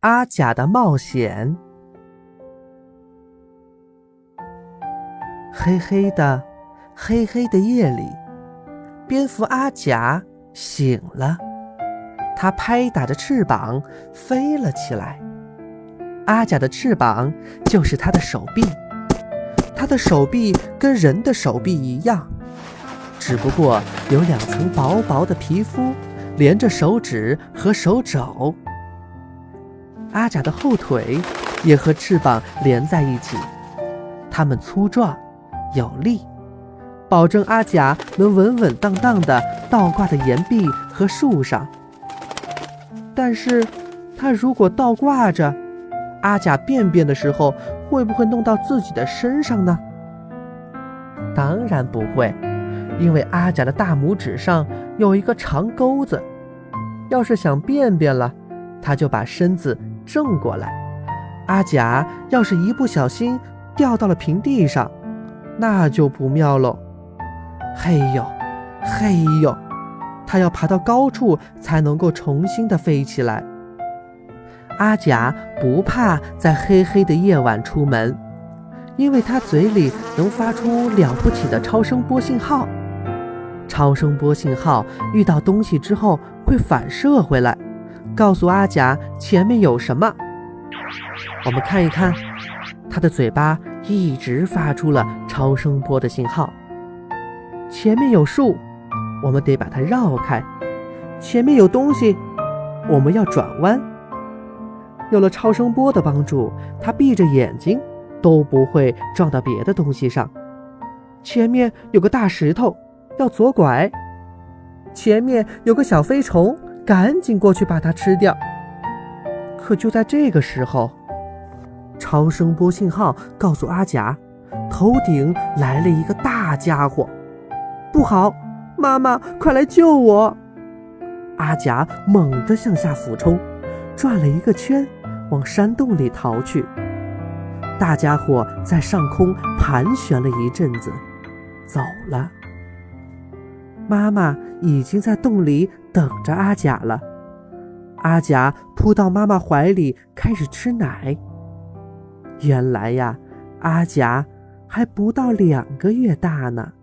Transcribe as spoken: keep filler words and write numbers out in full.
阿甲的冒险。黑黑的黑黑的夜里，蝙蝠阿甲醒了，它拍打着翅膀飞了起来。阿甲的翅膀就是它的手臂，它的手臂跟人的手臂一样，只不过有两层薄薄的皮肤连着手指和手肘。阿甲的后腿也和翅膀连在一起，它们粗壮有力，保证阿甲能稳稳当当地倒挂在岩壁和树上。但是它如果倒挂着，阿甲便便的时候会不会弄到自己的身上呢？当然不会，因为阿甲的大拇指上有一个长钩子，要是想便便了，他就把身子正过来。阿甲要是一不小心掉到了平地上，那就不妙喽。嘿呦嘿呦，他要爬到高处才能够重新的飞起来。阿甲不怕在黑黑的夜晚出门，因为他嘴里能发出了不起的超声波信号。超声波信号遇到东西之后会反射回来，告诉阿甲前面有什么。我们看一看，他的嘴巴一直发出了超声波的信号。前面有树，我们得把它绕开；前面有东西，我们要转弯。有了超声波的帮助，他闭着眼睛都不会撞到别的东西上。前面有个大石头，要左拐；前面有个小飞虫，赶紧过去把它吃掉。可就在这个时候，超声波信号告诉阿甲，头顶来了一个大家伙。不好，妈妈，快来救我！阿甲猛地向下俯冲，转了一个圈，往山洞里逃去。大家伙在上空盘旋了一阵子，走了。妈妈已经在洞里等着阿甲了。阿甲扑到妈妈怀里，开始吃奶。原来呀，阿甲还不到两个月大呢。